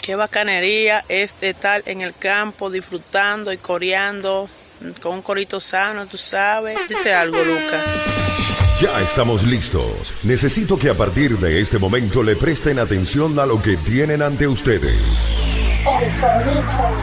Qué bacanería es estar en el campo disfrutando y coreando con un corito sano, tú sabes. Dite algo, Lucas. Ya estamos listos. Necesito que a partir de este momento le presten atención a lo que tienen ante ustedes. El corito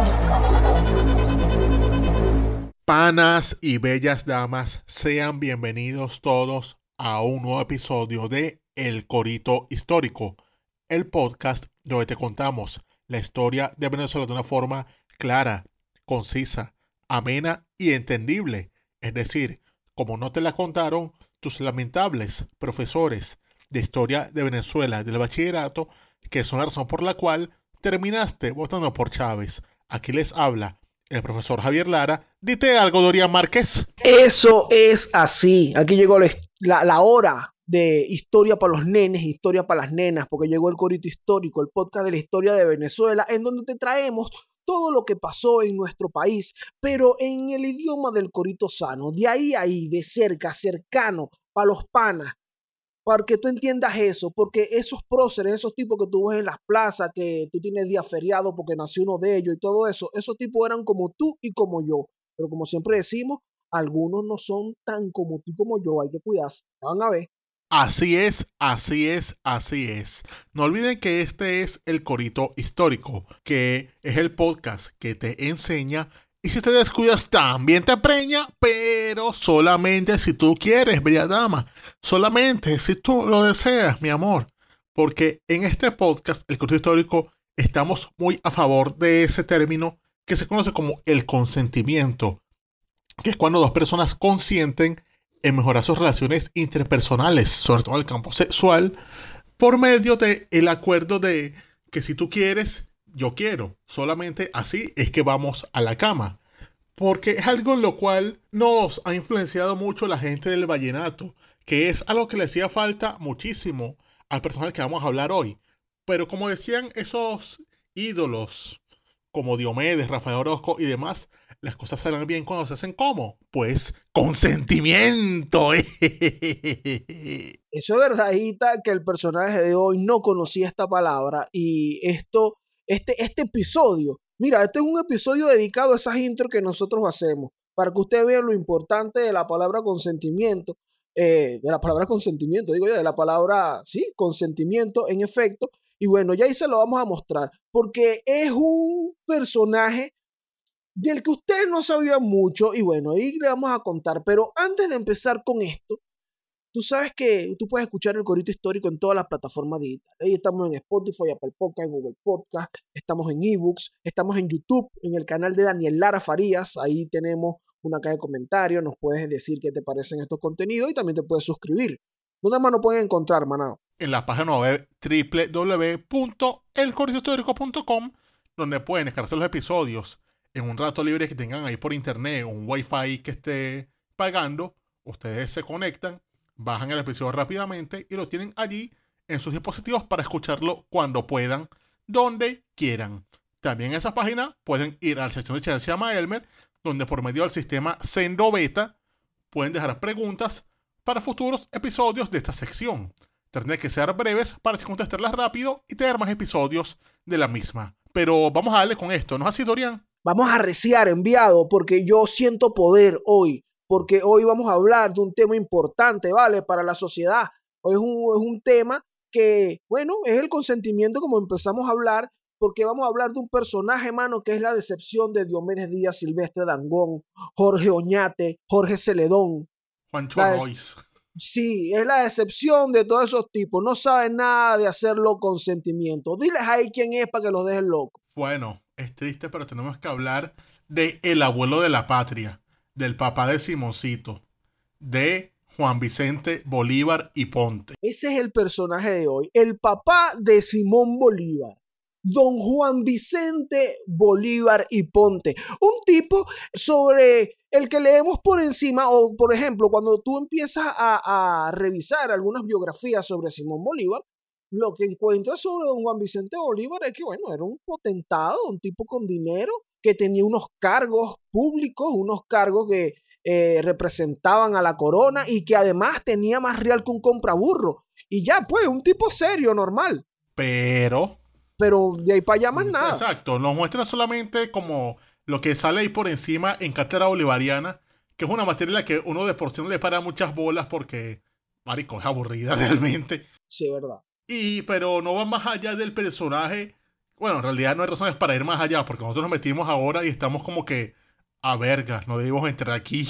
histórico. Panas y bellas damas, sean bienvenidos todos a un nuevo episodio de El Corito Histórico, el podcast donde te contamos la historia de Venezuela de una forma clara, concisa, amena y entendible. Es decir, como no te la contaron tus lamentables profesores de historia de Venezuela del bachillerato, que son la razón por la cual terminaste votando por Chávez. Aquí les habla el profesor Javier Lara. Dite algo, Dorian Márquez. Eso es así. Aquí llegó la hora de historia para los nenes, historia para las nenas, porque llegó el Corito Histórico, el podcast de la historia de Venezuela, en donde te traemos todo lo que pasó en nuestro país, pero en el idioma del corito sano, de ahí, de cerca, cercano, para los panas, para que tú entiendas eso, porque esos próceres, esos tipos que tú ves en las plazas, que tú tienes día feriado porque nació uno de ellos y todo eso, esos tipos eran como tú y como yo, pero como siempre decimos, algunos no son tan como tú y como yo, hay que cuidarse, van a ver. Así es, así es, así es. No olviden que este es el Corito Histórico, que es el podcast que te enseña y si te descuidas también te preña, pero solamente si tú quieres, bella dama. Solamente si tú lo deseas, mi amor. Porque en este podcast, el Corito Histórico, estamos muy a favor de ese término que se conoce como el consentimiento, que es cuando dos personas consienten en mejorar sus relaciones interpersonales, sobre todo en el campo sexual, por medio del acuerdo de que si tú quieres, yo quiero. Solamente así es que vamos a la cama. Porque es algo en lo cual nos ha influenciado mucho la gente del vallenato, que es algo que le hacía falta muchísimo al personaje que vamos a hablar hoy. Pero como decían esos ídolos como Diomedes, Rafael Orozco y demás, las cosas salen bien cuando se hacen ¿cómo? Pues con sentimiento. Eso es verdad, Ita, que el personaje de hoy no conocía esta palabra y este episodio, mira, este es un episodio dedicado a esas intros que nosotros hacemos, para que ustedes vean lo importante de la palabra consentimiento, de la palabra consentimiento en efecto. Y bueno, ya ahí se lo vamos a mostrar, porque es un personaje del que ustedes no sabían mucho, y bueno, ahí le vamos a contar. Pero antes de empezar con esto, tú sabes que tú puedes escuchar el Corito Histórico en todas las plataformas digitales. Ahí estamos en Spotify, Apple Podcast, en Google Podcast, estamos en eBooks, estamos en YouTube, en el canal de Daniel Lara Farías. Ahí tenemos una caja de comentarios, nos puedes decir qué te parecen estos contenidos y también te puedes suscribir. ¿Dónde más nos pueden encontrar, manado? En la página web www.elcoritohistórico.com, donde pueden descargarse los episodios en un rato libre que tengan ahí por internet, un wifi que esté pagando. Ustedes se conectan, bajan el episodio rápidamente y lo tienen allí en sus dispositivos para escucharlo cuando puedan, donde quieran. También en esa página pueden ir a la sección de chat que se llama Elmer, donde por medio del sistema Sendo Beta pueden dejar preguntas para futuros episodios de esta sección. Tendré que ser breves para contestarlas rápido y tener más episodios de la misma. Pero vamos a darle con esto, ¿no es así, Dorian? Vamos a arreciar, enviado, porque yo siento poder hoy, porque hoy vamos a hablar de un tema importante, ¿vale? Para la sociedad. Hoy es un tema que, bueno, es el consentimiento como empezamos a hablar, porque vamos a hablar de un personaje, mano, que es la decepción de Diomedes Díaz, Silvestre Dangond, Jorge Oñate, Jorge Celedón. Juancho Royce. Sí, es la decepción de todos esos tipos. No saben nada de hacerlo con sentimiento. Diles ahí quién es para que los dejen locos. Bueno, es triste, pero tenemos que hablar de el abuelo de la patria, del papá de Simoncito, de Juan Vicente Bolívar y Ponte. Ese es el personaje de hoy, el papá de Simón Bolívar. Don Juan Vicente Bolívar y Ponte, un tipo sobre el que leemos por encima, o por ejemplo, cuando tú empiezas a revisar algunas biografías sobre Simón Bolívar, lo que encuentras sobre don Juan Vicente Bolívar es que, bueno, era un potentado, un tipo con dinero, que tenía unos cargos públicos, unos cargos que representaban a la corona y que además tenía más real que un compraburro. Y ya, pues, un tipo serio, normal. Pero pero de ahí para allá más nada. Exacto, nos muestra solamente como lo que sale ahí por encima en Cátedra Bolivariana, que es una materia en la que uno de por sí no le para muchas bolas porque, marico, es aburrida realmente. Sí, es verdad. Pero no va más allá del personaje. Bueno, en realidad no hay razones para ir más allá, porque nosotros nos metimos ahora y estamos como que a vergas, no debemos entrar aquí.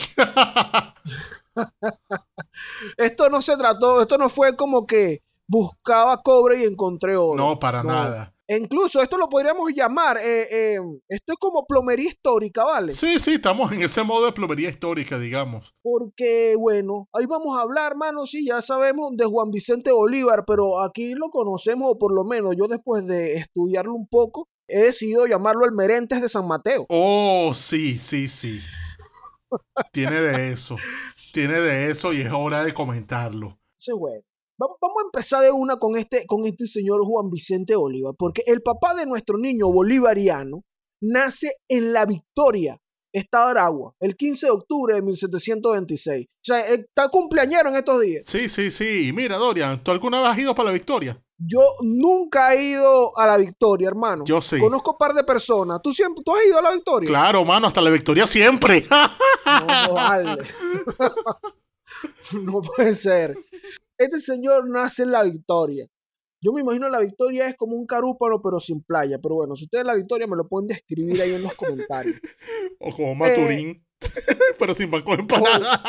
Esto no fue como que buscaba cobre y encontré oro. No, para nada. E incluso esto lo podríamos llamar, esto es como plomería histórica, ¿vale? Sí, estamos en ese modo de plomería histórica, digamos. Porque, bueno, ahí vamos a hablar, hermano, sí, ya sabemos de Juan Vicente Bolívar, pero aquí lo conocemos, o por lo menos yo después de estudiarlo un poco, he decidido llamarlo el Merentes de San Mateo. Oh, sí. Tiene de eso y es hora de comentarlo. Sí, bueno. Vamos a empezar de una con este señor Juan Vicente Bolívar, porque el papá de nuestro niño bolivariano nace en La Victoria, Estado de Aragua, el 15 de octubre de 1726. O sea, está cumpleañero en estos días. Sí. Y mira, Dorian, ¿tú alguna vez has ido para La Victoria? Yo nunca he ido a La Victoria, hermano. Yo sí. Conozco un par de personas. ¿Tú has ido a La Victoria? Claro, mano, hasta La Victoria siempre. No, vale. No puede ser. Este señor nace en La Victoria. Yo me imagino La Victoria es como un carúpano, pero sin playa. Pero bueno, si ustedes La Victoria me lo pueden describir ahí en los comentarios. O como Maturín, pero sin banco de empanada.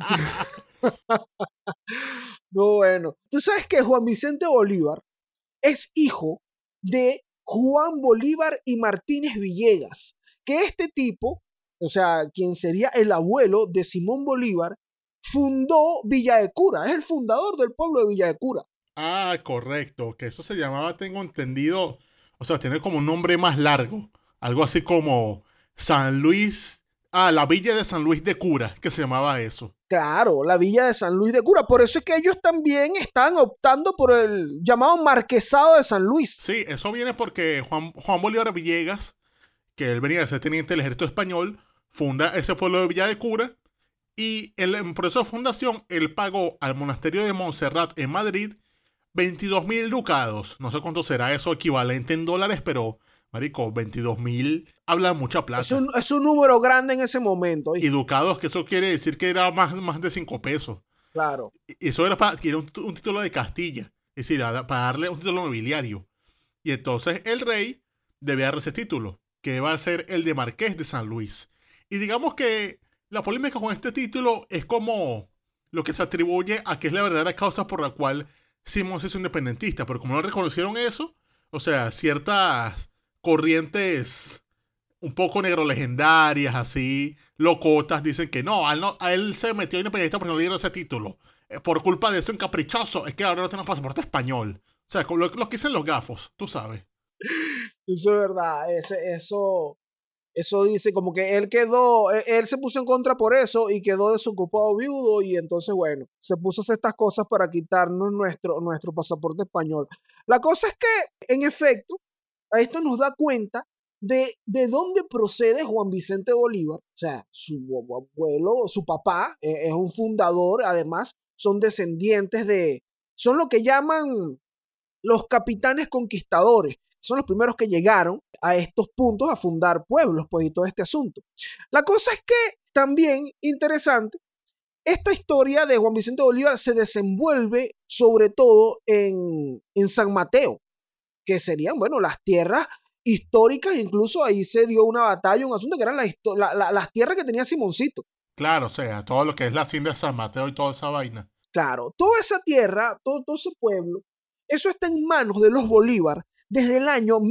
No, bueno. Tú sabes que Juan Vicente Bolívar es hijo de Juan Bolívar y Martínez Villegas. Que este tipo, o sea, quien sería el abuelo de Simón Bolívar, fundó Villa de Cura. Es el fundador del pueblo de Villa de Cura. Ah, correcto. Que eso se llamaba, tengo entendido, o sea, tiene como un nombre más largo. Algo así como San Luis. La Villa de San Luis de Cura, que se llamaba eso. Claro, la Villa de San Luis de Cura. Por eso es que ellos también están optando por el llamado Marquesado de San Luis. Sí, eso viene porque Juan Bolívar Villegas, que él venía de ser teniente del ejército español, funda ese pueblo de Villa de Cura. Y en proceso de fundación, él pagó al monasterio de Montserrat en Madrid 22.000 ducados. No sé cuánto será eso equivalente en dólares, pero, marico, 22.000 habla mucha plata. Es un número grande en ese momento. Y ducados, que eso quiere decir que era más de 5 pesos. Claro. Y eso era para adquirir un título de Castilla. Es decir, para darle un título nobiliario. Y entonces el rey debía darle ese título, que va a ser el de Marqués de San Luis. Y digamos que la polémica con este título es como lo que se atribuye a que es la verdadera causa por la cual Simón se hizo independentista. Pero como no reconocieron eso, o sea, ciertas corrientes un poco negro legendarias, así, locotas, dicen que no, a él se metió independentista porque no le dieron ese título. Por culpa de eso encaprichoso, es que ahora no tiene pasaporte español. O sea, lo que dicen los gafos, tú sabes. Eso es verdad, eso dice como que él se puso en contra por eso y quedó desocupado viudo y entonces bueno, se puso a hacer estas cosas para quitarnos nuestro pasaporte español. La cosa es que, en efecto, a esto nos da cuenta de dónde procede Juan Vicente Bolívar. O sea, su abuelo, su papá es un fundador, además son descendientes son lo que llaman los capitanes conquistadores. Son los primeros que llegaron a estos puntos a fundar pueblos, pues, y todo este asunto. La cosa es que, también interesante, esta historia de Juan Vicente Bolívar se desenvuelve sobre todo en San Mateo, que serían, bueno, las tierras históricas, incluso ahí se dio una batalla, un asunto que eran las tierras que tenía Simoncito. Claro, o sea, todo lo que es la hacienda de San Mateo y toda esa vaina. Claro, toda esa tierra, todo ese pueblo, eso está en manos de los Bolívar desde el año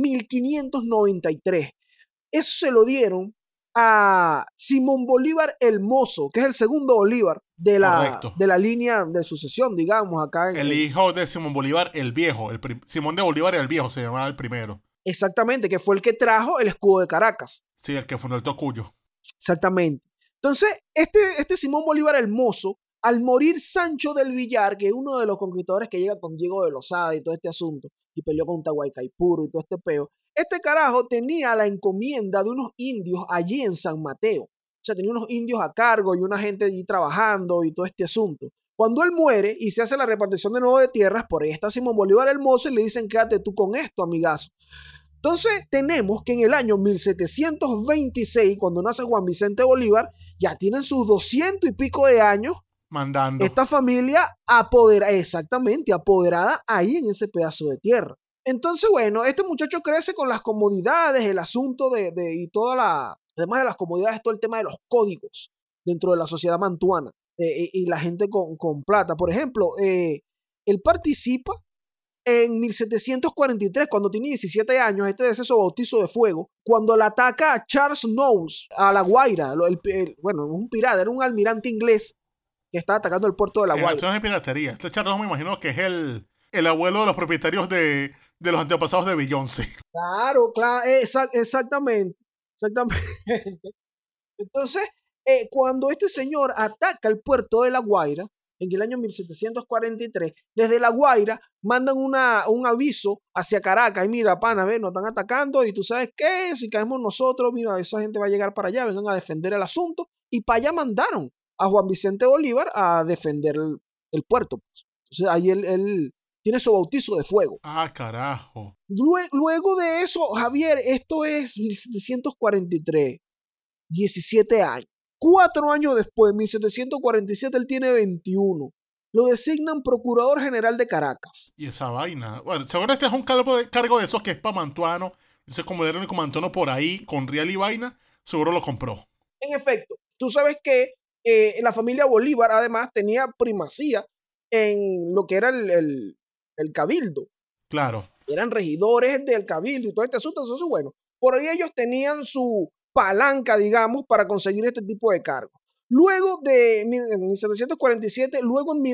1593. Eso se lo dieron a Simón Bolívar el Mozo, que es el segundo Bolívar de la línea de sucesión, digamos, acá. El hijo de Simón Bolívar el Viejo. Simón de Bolívar el Viejo se llamaba el primero. Exactamente, que fue el que trajo el escudo de Caracas. Sí, el que fundó el Tocuyo. Exactamente. Entonces, este Simón Bolívar el Mozo, al morir Sancho del Villar, que es uno de los conquistadores que llega con Diego de Lozada y todo este asunto, y peleó contra Guaycaipuro y todo este peo, este carajo tenía la encomienda de unos indios allí en San Mateo. O sea, tenía unos indios a cargo y una gente allí trabajando y todo este asunto. Cuando él muere y se hace la repartición de nuevo de tierras, por ahí está Simón Bolívar el Mozo y le dicen, quédate tú con esto, amigazo. Entonces tenemos que en el año 1726, cuando nace Juan Vicente Bolívar, ya tienen sus 200 y pico de años mandando. Esta familia apoderada ahí en ese pedazo de tierra. Entonces, bueno, este muchacho crece con las comodidades, el asunto y además de las comodidades, todo el tema de los códigos dentro de la sociedad mantuana y la gente con plata. Por ejemplo, él participa en 1743, cuando tiene 17 años, de ese bautizo de fuego, cuando le ataca a Charles Knowles, a La Guaira, bueno, un pirata, era un almirante inglés que está atacando el puerto de La Guaira. Acciones de piratería. Este Charles me imagino que es el abuelo de los propietarios de los antepasados de Beyoncé. Claro, exactamente. Entonces, cuando este señor ataca el puerto de La Guaira, en el año 1743, desde La Guaira mandan un aviso hacia Caracas. Y mira, pana, nos están atacando y tú sabes qué, si caemos nosotros, mira, esa gente va a llegar para allá, vengan a defender el asunto. Y para allá mandaron a Juan Vicente Bolívar a defender el puerto. Entonces ahí él tiene su bautizo de fuego. Ah, carajo. Luego de eso, Javier, esto es 1743, 17 años. 4 años después, 1747, él tiene 21. Lo designan Procurador General de Caracas. Y esa vaina. Bueno, seguro este es un cargo de esos que es para Mantuano. Entonces, como era el único Mantuano por ahí, con real y vaina, seguro lo compró. En efecto, tú sabes que la familia Bolívar, además, tenía primacía en lo que era el cabildo. Claro. Eran regidores del cabildo y todo este asunto. Entonces, bueno, por ahí ellos tenían su palanca, digamos, para conseguir este tipo de cargos. Luego de 1747, luego en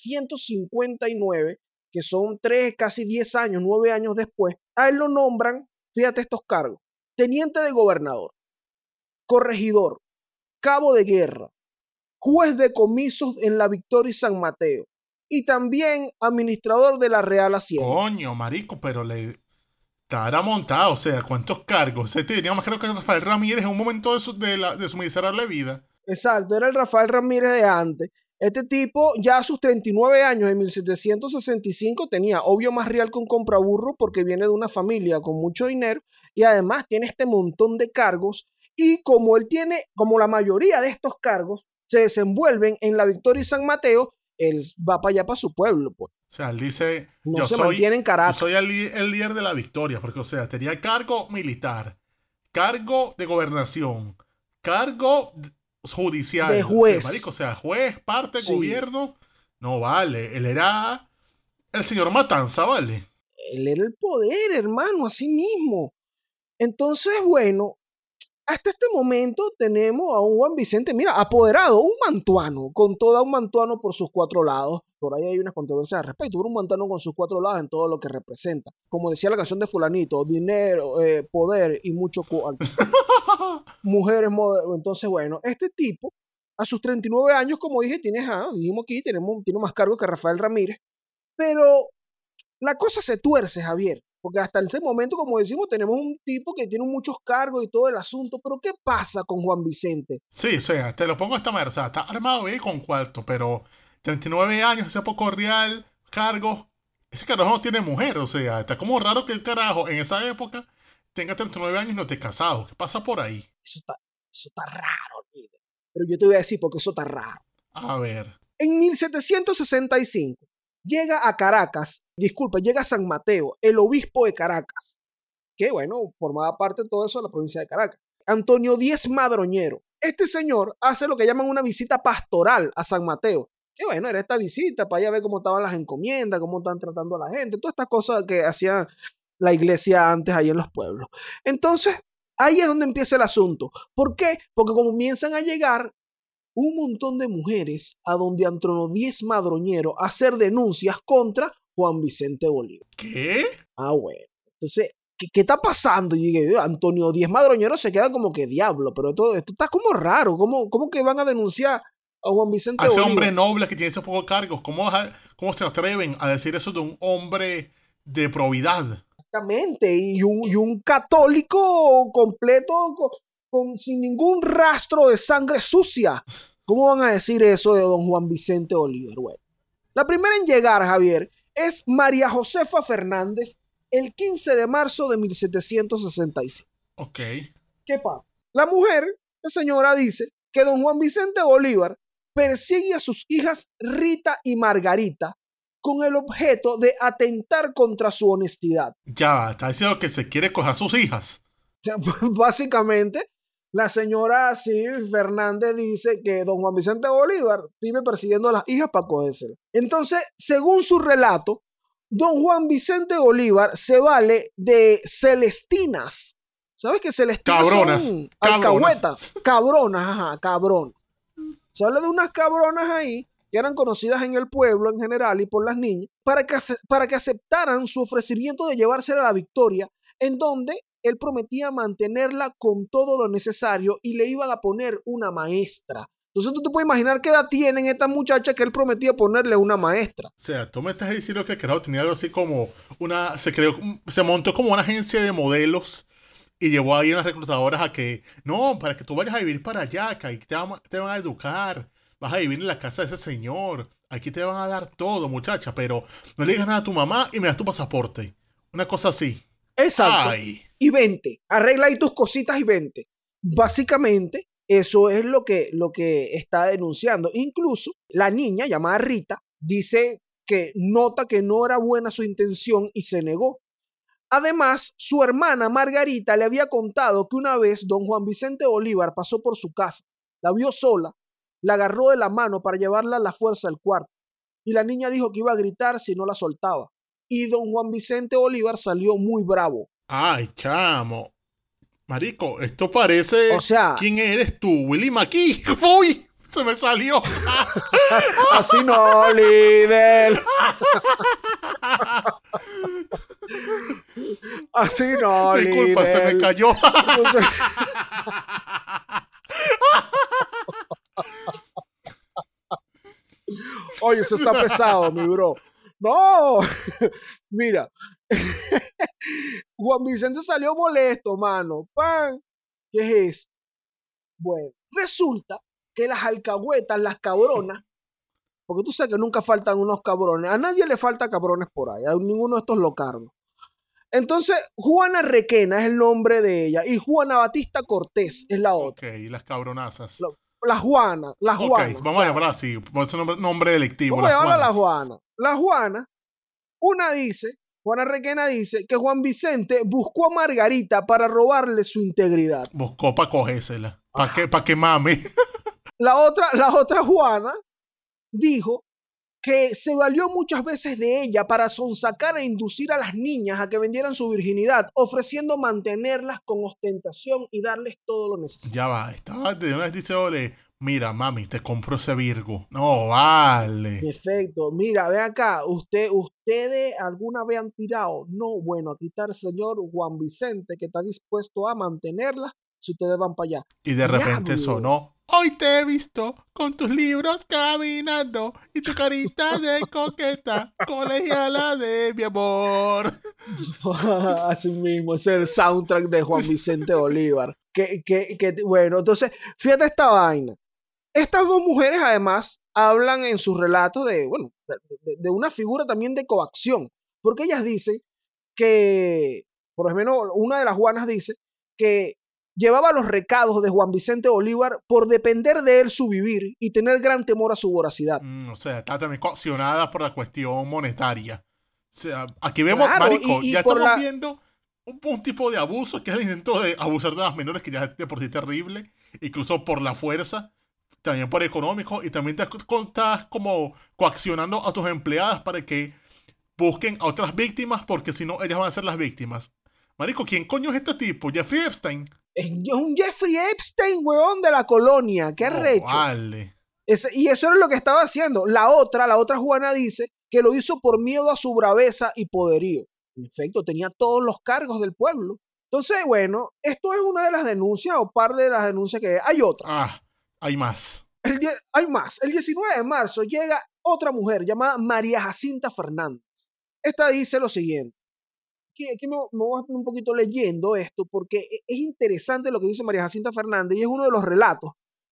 1759, que son casi 10 años, 9 años después, a él lo nombran, fíjate estos cargos: teniente de gobernador, corregidor, cabo de guerra, juez de comisos en la Victoria y San Mateo, y también administrador de la Real Hacienda. Coño, marico, pero le estará montado, o sea, ¿cuántos cargos? Ese tenía más creo que Rafael Ramírez en un momento de su miserable vida. Exacto, era el Rafael Ramírez de antes. Este tipo ya a sus 39 años, en 1765, tenía obvio más real que un compraburro porque viene de una familia con mucho dinero y además tiene este montón de cargos. Y como él tiene, como la mayoría de estos cargos se desenvuelven en la Victoria y San Mateo, él va para allá, para su pueblo, pues. O sea, él dice, mantiene en Caracas. Yo soy el líder de la Victoria, porque, o sea, tenía cargo militar, cargo de gobernación, cargo judicial. De juez. O sea, juez, parte, sí. Gobierno. No vale, él era el señor Matanza, ¿vale? Él era el poder, hermano, así mismo. Entonces, bueno, hasta este momento tenemos a un Juan Vicente, mira, apoderado, un mantuano, con todo un mantuano por sus 4 lados. Por ahí hay unas controversias al respecto, pero un mantuano con sus 4 lados en todo lo que representa. Como decía la canción de fulanito, dinero, poder y mucho mujeres modernas. Entonces, bueno, este tipo, a sus 39 años, como dije, dijimos aquí, tiene más cargos que Rafael Ramírez. Pero la cosa se tuerce, Javier. Porque hasta ese momento, como decimos, tenemos un tipo que tiene muchos cargos y todo el asunto. Pero ¿qué pasa con Juan Vicente? Sí, o sea, te lo pongo de esta manera. O sea, está armado bien con cuarto, pero 39 años, ese poco real, cargos. Ese carajo no tiene mujer, o sea, está como raro que el carajo en esa época tenga 39 años y no esté casado. ¿Qué pasa por ahí? Eso está raro, líder. Pero yo te voy a decir por qué eso está raro. A ver. En 1765 llega a San Mateo, el obispo de Caracas, que bueno, formaba parte de todo eso de la provincia de Caracas, Antonio Díez Madroñero. Este señor hace lo que llaman una visita pastoral a San Mateo, que bueno, era esta visita para ir a ver cómo estaban las encomiendas, cómo estaban tratando a la gente, todas estas cosas que hacía la iglesia antes ahí en los pueblos. Entonces, ahí es donde empieza el asunto. ¿Por qué? Porque comienzan a llegar un montón de mujeres a donde Antonio Díez Madroñero a hacer denuncias contra Juan Vicente Bolívar. ¿Qué? Ah, bueno. Entonces, ¿qué está pasando? Y dije, Antonio Díez Madroñero se queda como que diablo, pero esto está como raro. ¿Cómo que van a denunciar a Juan Vicente Bolívar? A ese hombre noble que tiene esos pocos cargos. ¿Cómo se atreven a decir eso de un hombre de probidad? Exactamente. Y un católico completo sin ningún rastro de sangre sucia. ¿Cómo van a decir eso de don Juan Vicente Bolívar? Bueno, la primera en llegar, Javier, es María Josefa Fernández el 15 de marzo de 1765. Ok. ¿Qué pasa? La mujer, la señora, dice que don Juan Vicente Bolívar persigue a sus hijas Rita y Margarita con el objeto de atentar contra su honestidad. Ya, está diciendo que se quiere coger a sus hijas. O sea, básicamente, la señora Fernández dice que don Juan Vicente Bolívar vive persiguiendo a las hijas para cogérselas. Entonces, según su relato, don Juan Vicente Bolívar se vale de celestinas. ¿Sabes qué celestinas cabronas, son? Alcahuetas. Cabronas, ajá, cabronas. Se habla de unas cabronas ahí que eran conocidas en el pueblo en general y por las niñas, para que aceptaran su ofrecimiento de llevársela a la victoria, en donde él prometía mantenerla con todo lo necesario y le iban a poner una maestra. Entonces tú te puedes imaginar qué edad tienen estas muchachas que él prometía ponerle una maestra. O sea, tú me estás diciendo que creo tenía algo así como se montó como una agencia de modelos y llevó ahí unas reclutadoras a que, no, para que tú vayas a vivir para allá, que ahí te van a educar, vas a vivir en la casa de ese señor, aquí te van a dar todo, muchacha, pero no le digas nada a tu mamá y me das tu pasaporte. Una cosa así. Exacto. Ay. Y vente, arregla ahí tus cositas y vente. Básicamente, eso es lo que está denunciando. Incluso la niña, llamada Rita, dice que nota que no era buena su intención y se negó. Además, su hermana Margarita le había contado que una vez don Juan Vicente Bolívar pasó por su casa, la vio sola, la agarró de la mano para llevarla a la fuerza al cuarto, y la niña dijo que iba a gritar si no la soltaba. Y don Juan Vicente Bolívar salió muy bravo. Ay, chamo. Marico, esto parece... O sea... ¿Quién eres tú? Willy McKee. ¡Uy! Se me salió. Así no, líder. Así no, disculpa, líder. se me cayó. Oye, eso está pesado, mi bro. No, mira, Juan Vicente salió molesto, mano. ¡Pan! ¿Qué es eso? Bueno, resulta que las alcahuetas, las cabronas, porque tú sabes que nunca faltan unos cabrones, a nadie le falta cabrones por ahí, a ninguno de estos locardos. Entonces, Juana Requena es el nombre de ella y Juana Batista Cortés es la otra. Ok, las cabronazas. La Juana. Ok, vamos a llamarla así, por ese nombre delictivo. Vamos a llamarla la Juana. La Juana, Juana Requena dice que Juan Vicente buscó a Margarita para robarle su integridad. Buscó para cogérsela, para que mame. La otra Juana dijo que se valió muchas veces de ella para sonsacar e inducir a las niñas a que vendieran su virginidad, ofreciendo mantenerlas con ostentación y darles todo lo necesario. Ya va, estaba de una vez diciéndole, mira, mami, te compro ese Virgo. No, vale. Perfecto. Mira, ven acá, ¿ustedes alguna vez han tirado? No, bueno, aquí está el señor Juan Vicente que está dispuesto a mantenerlas si ustedes van para allá. Y de repente sonó, hoy te he visto con tus libros caminando y tu carita de coqueta, colegiala de mi amor. Así mismo, ese es el soundtrack de Juan Vicente Bolívar. Bueno, entonces, fíjate esta vaina. Estas dos mujeres además hablan en sus relatos de una figura también de coacción, porque ellas dicen que, por lo menos una de las Juanas dice que llevaba los recados de Juan Vicente Bolívar por depender de él su vivir y tener gran temor a su voracidad. O sea, está también coaccionada por la cuestión monetaria. O sea, aquí vemos, claro, marico, ya estamos viendo un tipo de abuso que es el intento de abusar de las menores, que ya es de por sí terrible, incluso por la fuerza, también por económico, y también estás como coaccionando a tus empleadas para que busquen a otras víctimas, porque si no, ellas van a ser las víctimas. Marico, ¿quién coño es este tipo? ¿Jeffrey Epstein? Es un Jeffrey Epstein, weón, de la colonia. ¡Qué arrecho! Vale. Y eso era lo que estaba haciendo. La otra Juana dice que lo hizo por miedo a su braveza y poderío. En efecto, tenía todos los cargos del pueblo. Entonces, bueno, esto es una de las denuncias o par de las denuncias que hay otra. Hay más. Hay más. El 19 de marzo llega otra mujer llamada María Jacinta Fernández. Esta dice lo siguiente. Aquí me voy a estar un poquito leyendo esto porque es interesante lo que dice María Jacinta Fernández y es uno de los relatos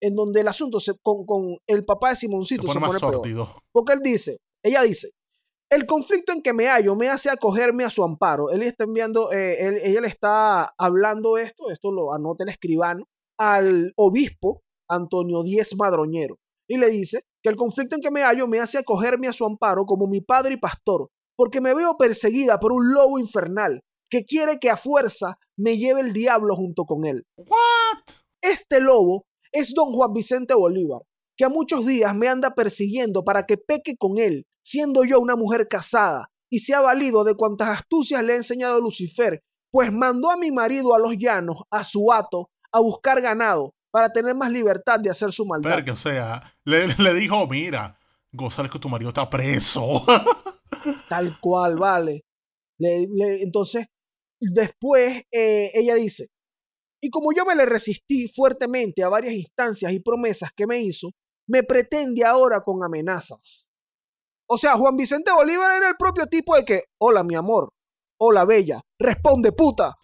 en donde el asunto con el papá de Simoncito se pone peor. Porque ella dice, el conflicto en que me hallo me hace acogerme a su amparo. Ella le está hablando esto lo anota el escribano, al obispo Antonio Díez Madroñero. Y le dice que el conflicto en que me hallo me hace acogerme a su amparo como mi padre y pastor, porque me veo perseguida por un lobo infernal que quiere que a fuerza me lleve el diablo junto con él. ¿What? Este lobo es don Juan Vicente Bolívar, que a muchos días me anda persiguiendo para que peque con él, siendo yo una mujer casada, y se ha valido de cuantas astucias le ha enseñado Lucifer, pues mandó a mi marido a los llanos, a su hato, a buscar ganado, para tener más libertad de hacer su maldad. Pero, o sea, le dijo, mira, González, que tu marido está preso. Tal cual, vale. Entonces, después ella dice, y como yo me le resistí fuertemente a varias instancias y promesas que me hizo, me pretende ahora con amenazas. O sea, Juan Vicente Bolívar era el propio tipo de que, hola mi amor, hola bella, responde puta.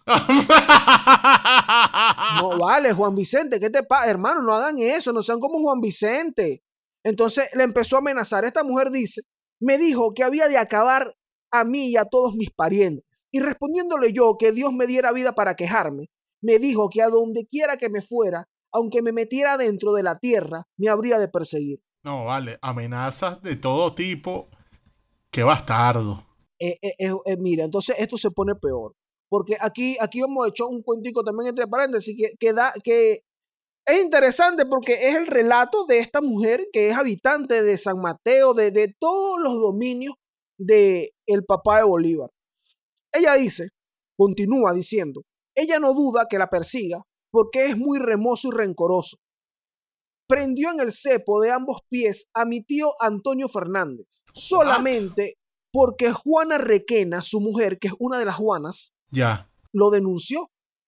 No vale, Juan Vicente, ¿qué te pasa? Hermano, no hagan eso, no sean como Juan Vicente. Entonces le empezó a amenazar. Esta mujer dice, me dijo que había de acabar a mí y a todos mis parientes. Y respondiéndole yo que Dios me diera vida para quejarme, me dijo que a donde quiera que me fuera, aunque me metiera dentro de la tierra, me habría de perseguir. No, vale, amenazas de todo tipo. Qué bastardo. Mira, entonces esto se pone peor. Porque aquí hemos hecho un cuentico también entre paréntesis que es interesante porque es el relato de esta mujer que es habitante de San Mateo, de todos los dominios del papá de Bolívar. Ella continúa diciendo, ella no duda que la persiga porque es muy remoso y rencoroso. Prendió en el cepo de ambos pies a mi tío Antonio Fernández, solamente porque Juana Requena, su mujer, que es una de las Juanas, lo denunció.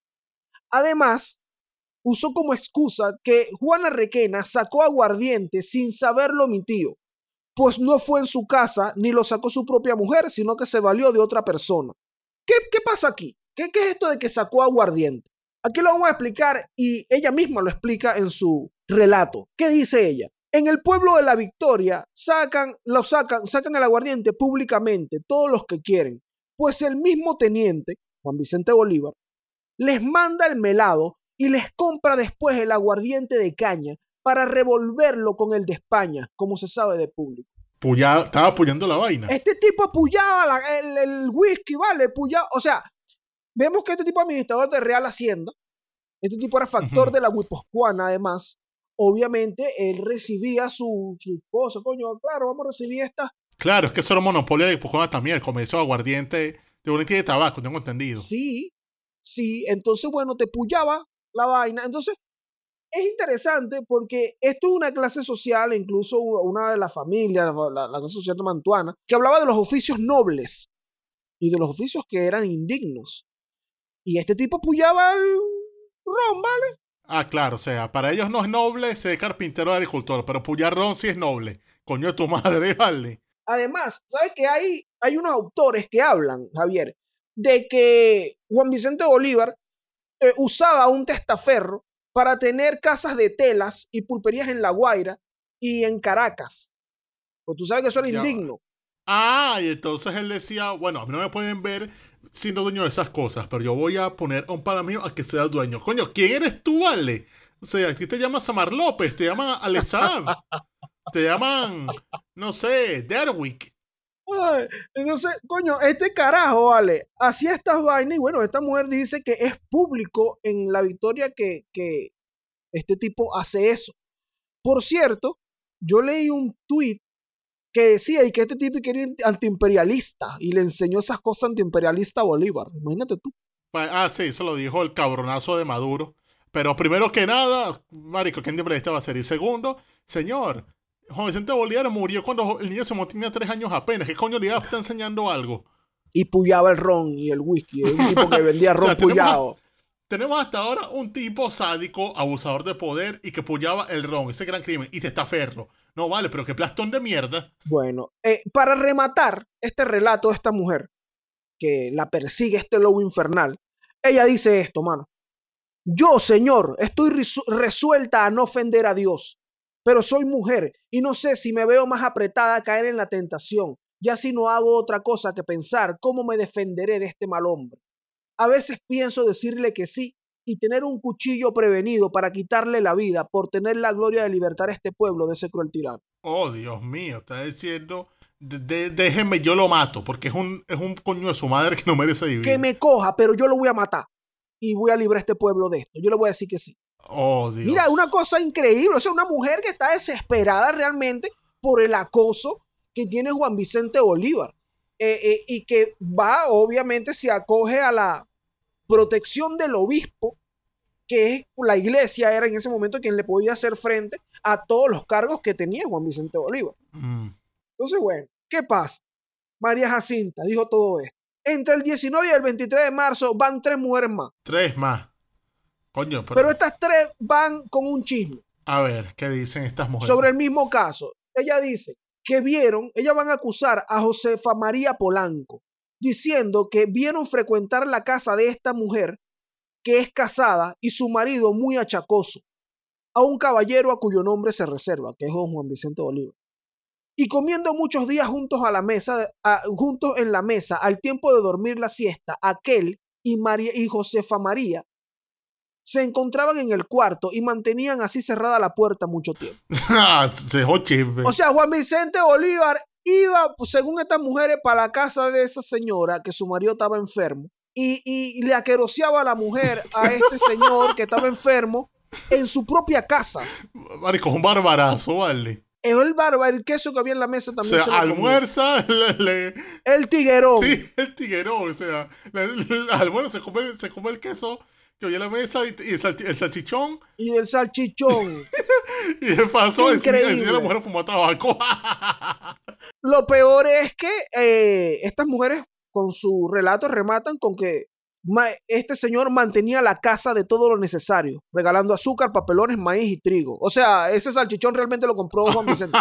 Además, usó como excusa que Juana Requena sacó aguardiente sin saberlo mi tío, pues no fue en su casa ni lo sacó su propia mujer, sino que se valió de otra persona. ¿Qué pasa aquí? ¿Qué es esto de que sacó aguardiente? Aquí lo vamos a explicar y ella misma lo explica en su relato. ¿Qué dice ella? En el pueblo de La Victoria sacan el aguardiente públicamente, todos los que quieren, pues el mismo teniente, Juan Vicente Bolívar, les manda el melado y les compra después el aguardiente de caña para revolverlo con el de España, como se sabe de público. Estaba apoyando la vaina. Este tipo apoyaba el whisky, ¿vale? O sea, vemos que este tipo es administrador de Real Hacienda, este tipo era factor de la Guipuzcoana, además. Obviamente, él recibía su cosa, coño, claro, vamos a recibir esta. Claro, es que eso era monopolio de Guipuzcoana también, el comercio de aguardiente, de bonita y de tabaco, tengo entendido. Sí, entonces, bueno, te puyaba la vaina. Entonces, es interesante porque esto es una clase social, incluso una de las familias, la clase social mantuana, que hablaba de los oficios nobles y de los oficios que eran indignos. Y este tipo puyaba el ron, ¿vale? Ah, claro, o sea, para ellos no es noble ser carpintero o agricultor, pero puyar ron sí es noble. Coño de tu madre, vale. Además, ¿sabes que hay unos autores que hablan, Javier, de que Juan Vicente Bolívar usaba un testaferro para tener casas de telas y pulperías en La Guaira y en Caracas? Pues tú sabes que eso era indigno. Ah, y entonces él decía, bueno, a mí no me pueden ver siendo dueño de esas cosas, pero yo voy a poner a un pana mío a que sea el dueño. Coño, ¿quién eres tú, vale? O sea, aquí te llamas Samar López, te llaman Alessab, te llaman, no sé, Derwick. Ay, entonces, coño, este carajo, vale, hacía estas vainas y bueno, esta mujer dice que es público en La Victoria que este tipo hace eso. Por cierto, yo leí un tuit que decía y que este tipo era antiimperialista y le enseñó esas cosas antiimperialistas a Bolívar. Imagínate tú. Ah, sí, eso lo dijo el cabronazo de Maduro. Pero primero que nada, marico, ¿qué antiimperialista va a ser? Y segundo, señor, Juan Vicente Bolívar murió cuando el niño se tenía 3 años apenas. ¿Qué coño le iba a estar enseñando algo? Y puyaba el ron y el whisky. Era un tipo que vendía ron o sea, puyado. Tenemos hasta ahora un tipo sádico, abusador de poder y que puyaba el ron, ese gran crimen, y testaferro. No vale, pero qué plastón de mierda. Bueno, para rematar este relato de esta mujer que la persigue este lobo infernal, ella dice esto, mano. Yo, Señor, estoy resuelta a no ofender a Dios, pero soy mujer y no sé si me veo más apretada a caer en la tentación, y así no hago otra cosa que pensar cómo me defenderé de este mal hombre. A veces pienso decirle que sí y tener un cuchillo prevenido para quitarle la vida por tener la gloria de libertar a este pueblo de ese cruel tirano. Oh, Dios mío, está diciendo, déjenme, yo lo mato, porque es un coño de su madre que no merece vivir. Que me coja, pero yo lo voy a matar y voy a librar a este pueblo de esto. Yo le voy a decir que sí. Oh, Dios. Mira, una cosa increíble. O sea, una mujer que está desesperada realmente por el acoso que tiene Juan Vicente Bolívar. Y que va, obviamente, se acoge a la protección del obispo, que es la iglesia, era en ese momento quien le podía hacer frente a todos los cargos que tenía Juan Vicente Bolívar. Entonces, bueno, ¿qué pasa? María Jacinta dijo todo esto. Entre el 19 y el 23 de marzo van 3 mujeres más. 3 más. Coño, pero estas 3 van con un chisme. A ver, ¿qué dicen estas mujeres? Sobre el mismo caso. Ella dice que ellas van a acusar a Josefa María Polanco, diciendo que vieron frecuentar la casa de esta mujer, que es casada, y su marido muy achacoso, a un caballero a cuyo nombre se reserva, que es don Juan Vicente Bolívar. Y comiendo muchos días juntos juntos en la mesa, al tiempo de dormir la siesta, aquel y Josefa María se encontraban en el cuarto y mantenían así cerrada la puerta mucho tiempo. O sea, Juan Vicente Bolívar iba, según estas mujeres, para la casa de esa señora, que su marido estaba enfermo, y le aqueroseaba a la mujer a este señor que estaba enfermo en su propia casa. Marico, un barbarazo, vale. El queso que había en la mesa también. O sea, almuerza el tiguerón. Sí, el tiguerón. O sea, almuerza, se come el queso que había en la mesa y el salchichón. Y el salchichón. Y de paso, encima la mujer fumó tabaco. Lo peor es que estas mujeres con su relato rematan con que este señor mantenía la casa de todo lo necesario, regalando azúcar, papelones, maíz y trigo. O sea, ese salchichón realmente lo compró Juan Vicente.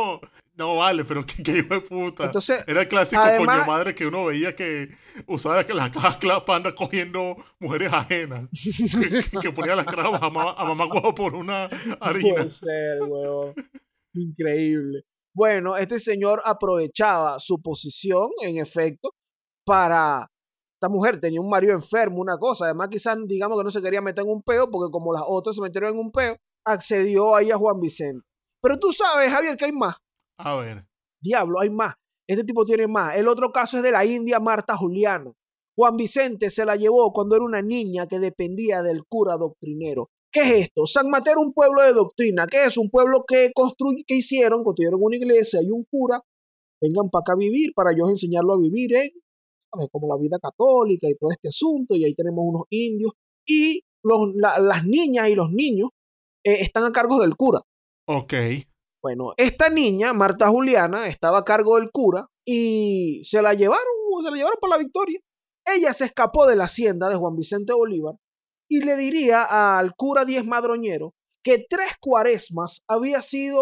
No vale, pero qué hijo de puta. Entonces, era el clásico coño madre que uno veía que usaba las cajas panda cogiendo mujeres ajenas. que ponía las caras a mamá huevo por una harina. Puede ser, weón. Increíble. Bueno, este señor aprovechaba su posición, en efecto, para... Esta mujer tenía un marido enfermo, una cosa. Además, quizás digamos que no se quería meter en un peo, porque como las otras se metieron en un peo, accedió ahí a Juan Vicente. Pero tú sabes, Javier, que hay más. A ver. Diablo, hay más. Este tipo tiene más. El otro caso es de la india Marta Juliana. Juan Vicente se la llevó cuando era una niña que dependía del cura doctrinero. ¿Qué es esto? San Mateo era un pueblo de doctrina. ¿Qué es? Un pueblo que construyeron una iglesia y un cura. Vengan para acá a vivir, para yo enseñarlo a vivir, como la vida católica y todo este asunto, y ahí tenemos unos indios, y las niñas y los niños están a cargo del cura. Ok. Bueno, esta niña, Marta Juliana, estaba a cargo del cura, y se la llevaron para la Victoria. Ella se escapó de la hacienda de Juan Vicente Bolívar, y le diría al cura Diez Madroñero que 3 cuaresmas había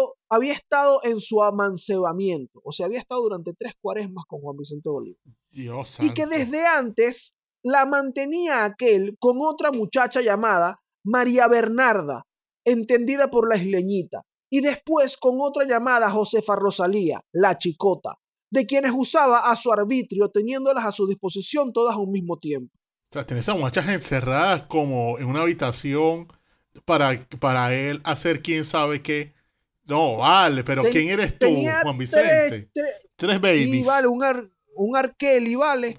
estado en su amancebamiento. O sea, había estado durante 3 cuaresmas con Juan Vicente Bolívar. Dios santo. Y que desde antes la mantenía aquel con otra muchacha llamada María Bernarda, entendida por la isleñita, y después con otra llamada Josefa Rosalía, la chicota, de quienes usaba a su arbitrio, teniéndolas a su disposición todas a un mismo tiempo. O sea, tenés a muchachas encerradas como en una habitación para él hacer quién sabe qué. No, vale, pero ¿quién eres tú, Juan Vicente? 3 babies. Sí, vale, un Arkeli, vale.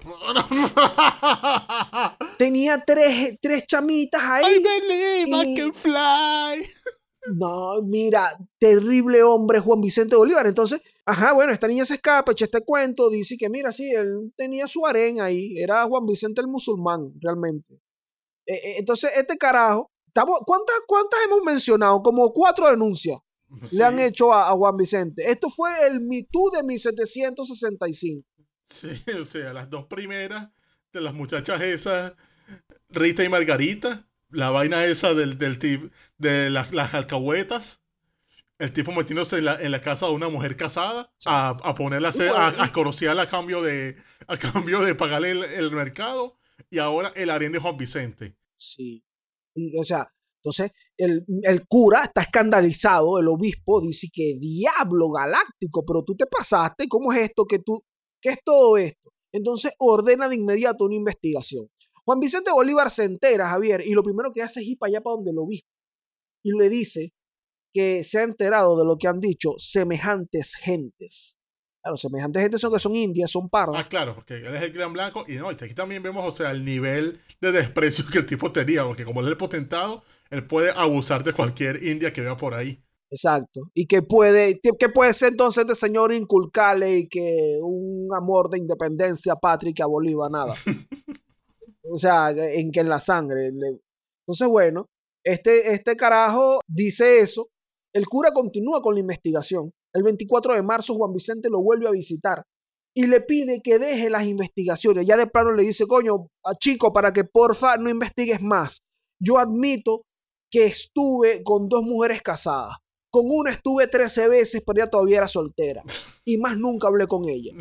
Tenía 3 chamitas ahí. I believe I can fly. No, mira, terrible hombre Juan Vicente Bolívar. Entonces, bueno, esta niña se escapa, echa este cuento, dice que mira, sí, él tenía su harén ahí, era Juan Vicente el musulmán, realmente. Entonces, este carajo, ¿cuántas hemos mencionado? Como 4 denuncias le han hecho a Juan Vicente. Esto fue el Me Too de 1765. Sí, o sea, las 2 primeras de las muchachas esas, Rita y Margarita, la vaina esa de las alcahuetas, el tipo metiéndose en la casa de una mujer casada a ponerla a corocearla a cambio de pagarle el mercado, y ahora el harén de Juan Vicente. Sí. O sea, entonces el cura está escandalizado, el obispo dice que diablo galáctico, pero tú te pasaste, ¿cómo es esto? ¿Qué es todo esto? Entonces ordena de inmediato una investigación. Juan Vicente Bolívar se entera, Javier, y lo primero que hace es ir para allá para donde el obispo y le dice que se ha enterado de lo que han dicho semejantes gentes. Claro, semejantes gentes son que son indias, son pardas. Ah, claro, porque él es el gran blanco. Y no, aquí también vemos, o sea, el nivel de desprecio que el tipo tenía. Porque como él es el potentado, él puede abusar de cualquier india que vea por ahí. Exacto. Y que puede ser entonces este señor inculcarle y que un amor de independencia patria que a Bolívar, nada. O sea, en la sangre. Entonces, bueno, este carajo dice eso. El cura continúa con la investigación. El 24 de marzo Juan Vicente lo vuelve a visitar y le pide que deje las investigaciones. Ya de plano le dice, coño, chico, para que porfa no investigues más. Yo admito que estuve con 2 mujeres casadas. Con una estuve 13 veces, pero ella todavía era soltera. Y más nunca hablé con ella.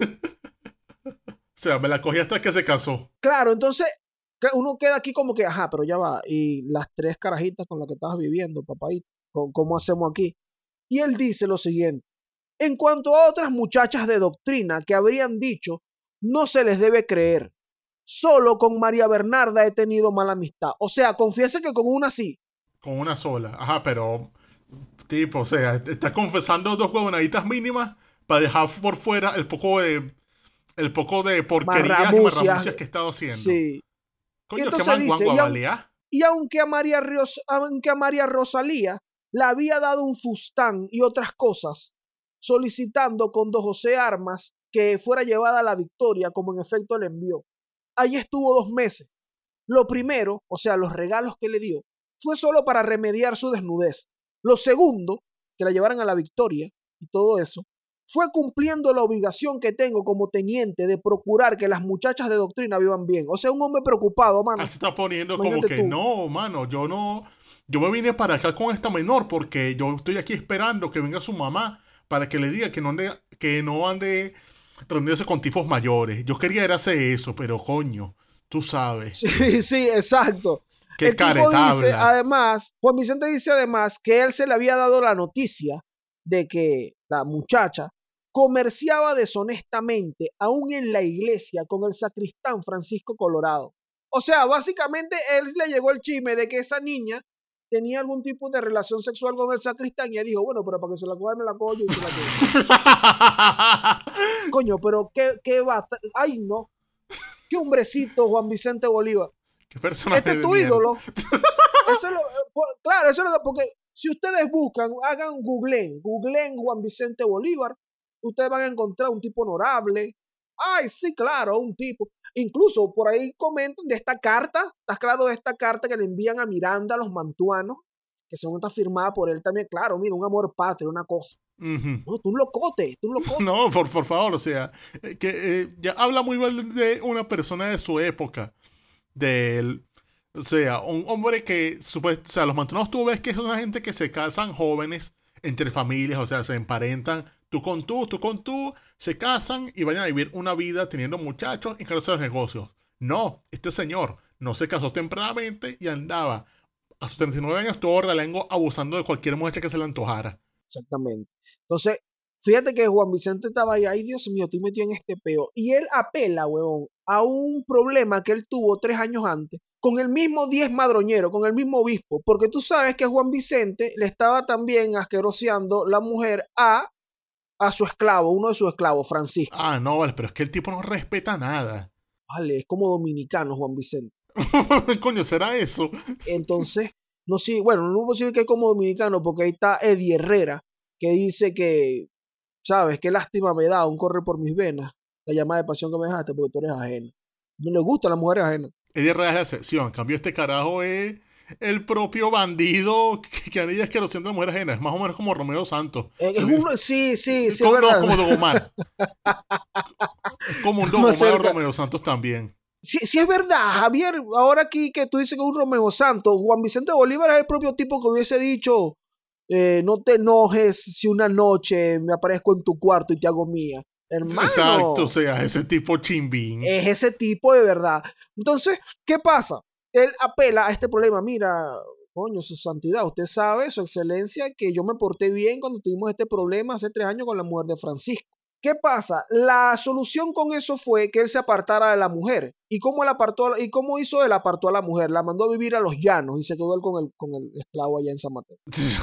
O sea, me la cogí hasta que se casó. Claro, entonces uno queda aquí como que, ajá, pero ya va. Y las 3 carajitas con las que estabas viviendo, papadito, ¿cómo hacemos aquí? Y él dice lo siguiente: en cuanto a otras muchachas de doctrina que habrían dicho, no se les debe creer. Solo con María Bernarda he tenido mala amistad. O sea, confiese que con una sí. Con una sola. Ajá, pero tipo, o sea, está confesando 2 huevonaditas mínimas para dejar por fuera el poco de porquerías y marramucias que he estado haciendo. Sí. Coño, qué manguango valía. Y aunque a María Rosalía le había dado un fustán y otras cosas, solicitando con don José Armas que fuera llevada a la Victoria, como en efecto le envió. Allí estuvo 2 meses. Lo primero, o sea, los regalos que le dio, fue solo para remediar su desnudez. Lo segundo, que la llevaran a la Victoria y todo eso, fue cumpliendo la obligación que tengo como teniente de procurar que las muchachas de doctrina vivan bien. O sea, un hombre preocupado, mano. Se está poniendo como que no, mano, yo me vine para acá con esta menor porque yo estoy aquí esperando que venga su mamá para que le diga que no ande reunirse con tipos mayores. Yo quería hacer eso, pero coño, tú sabes. Sí, exacto. Qué caretabla. Además, Juan Vicente dice además que él se le había dado la noticia de que la muchacha comerciaba deshonestamente aún en la iglesia con el sacristán Francisco Colorado. O sea, básicamente él le llegó el chisme de que esa niña tenía algún tipo de relación sexual con el sacristán y él dijo, bueno, pero para que se la coja me la cojo yo y se la cojo. Coño, pero qué bata. Ay, no. Qué hombrecito Juan Vicente Bolívar. Qué personaje. Este es tu ídolo. Claro, eso es lo que, porque si ustedes buscan, googleen Juan Vicente Bolívar, ustedes van a encontrar un tipo honorable. Ay, sí, claro, un tipo. Incluso por ahí comentan de esta carta, ¿estás claro de esta carta que le envían a Miranda a los mantuanos? Que según está firmada por él también, claro, mira, un amor patrio, una cosa. No, tú un locote. No, por favor, o sea, ya habla muy mal de una persona de su época. O sea, un hombre que, o sea, los mantuanos tú ves que es una gente que se casan jóvenes entre familias, o sea, se emparentan tú con tú, se casan y vayan a vivir una vida teniendo muchachos y encargarse de los negocios. No, este señor no se casó tempranamente y andaba a sus 39 años todo realengo abusando de cualquier muchacha que se le antojara. Exactamente. Entonces, fíjate que Juan Vicente estaba ahí, ay Dios mío, estoy metido en este peo. Y él apela, huevón, a un problema que él tuvo 3 años antes, con el mismo 10 madroñero, con el mismo obispo, porque tú sabes que Juan Vicente le estaba también asqueroseando la mujer a su esclavo, uno de sus esclavos, Francisco. Ah, no, vale, pero es que el tipo no respeta nada. Vale, es como dominicano Juan Vicente. Coño, ¿será eso? Entonces, no sé, bueno, no es posible que es como dominicano, porque ahí está Eddie Herrera, que dice que, ¿sabes? Qué lástima me da, un corre por mis venas, la llamada de pasión que me dejaste porque tú eres ajeno. No le gustan las mujeres ajenas. Eddie Herrera es la excepción, en cambio este carajo es el propio bandido que anilla asquerosidad de la mujer ajena. Es más o menos como Romeo Santos. Sí, como, no, como Don Omar. Como un Don Omar Romeo Santos también. Sí, es verdad, Javier. Ahora aquí que tú dices que es un Romeo Santos, Juan Vicente Bolívar es el propio tipo que hubiese dicho no te enojes si una noche me aparezco en tu cuarto y te hago mía. Hermano. Exacto, o sea, ese tipo chimbín. Es ese tipo de verdad. Entonces, ¿qué pasa? él apela a este problema. Mira, coño, su santidad, usted sabe, su excelencia, que yo me porté bien cuando tuvimos este problema hace 3 años con la mujer de Francisco. ¿Qué pasa? La solución con eso fue que él se apartara de la mujer. ¿Y cómo hizo él? Apartó a la mujer, la mandó a vivir a los llanos y se quedó él con el esclavo allá en San Mateo.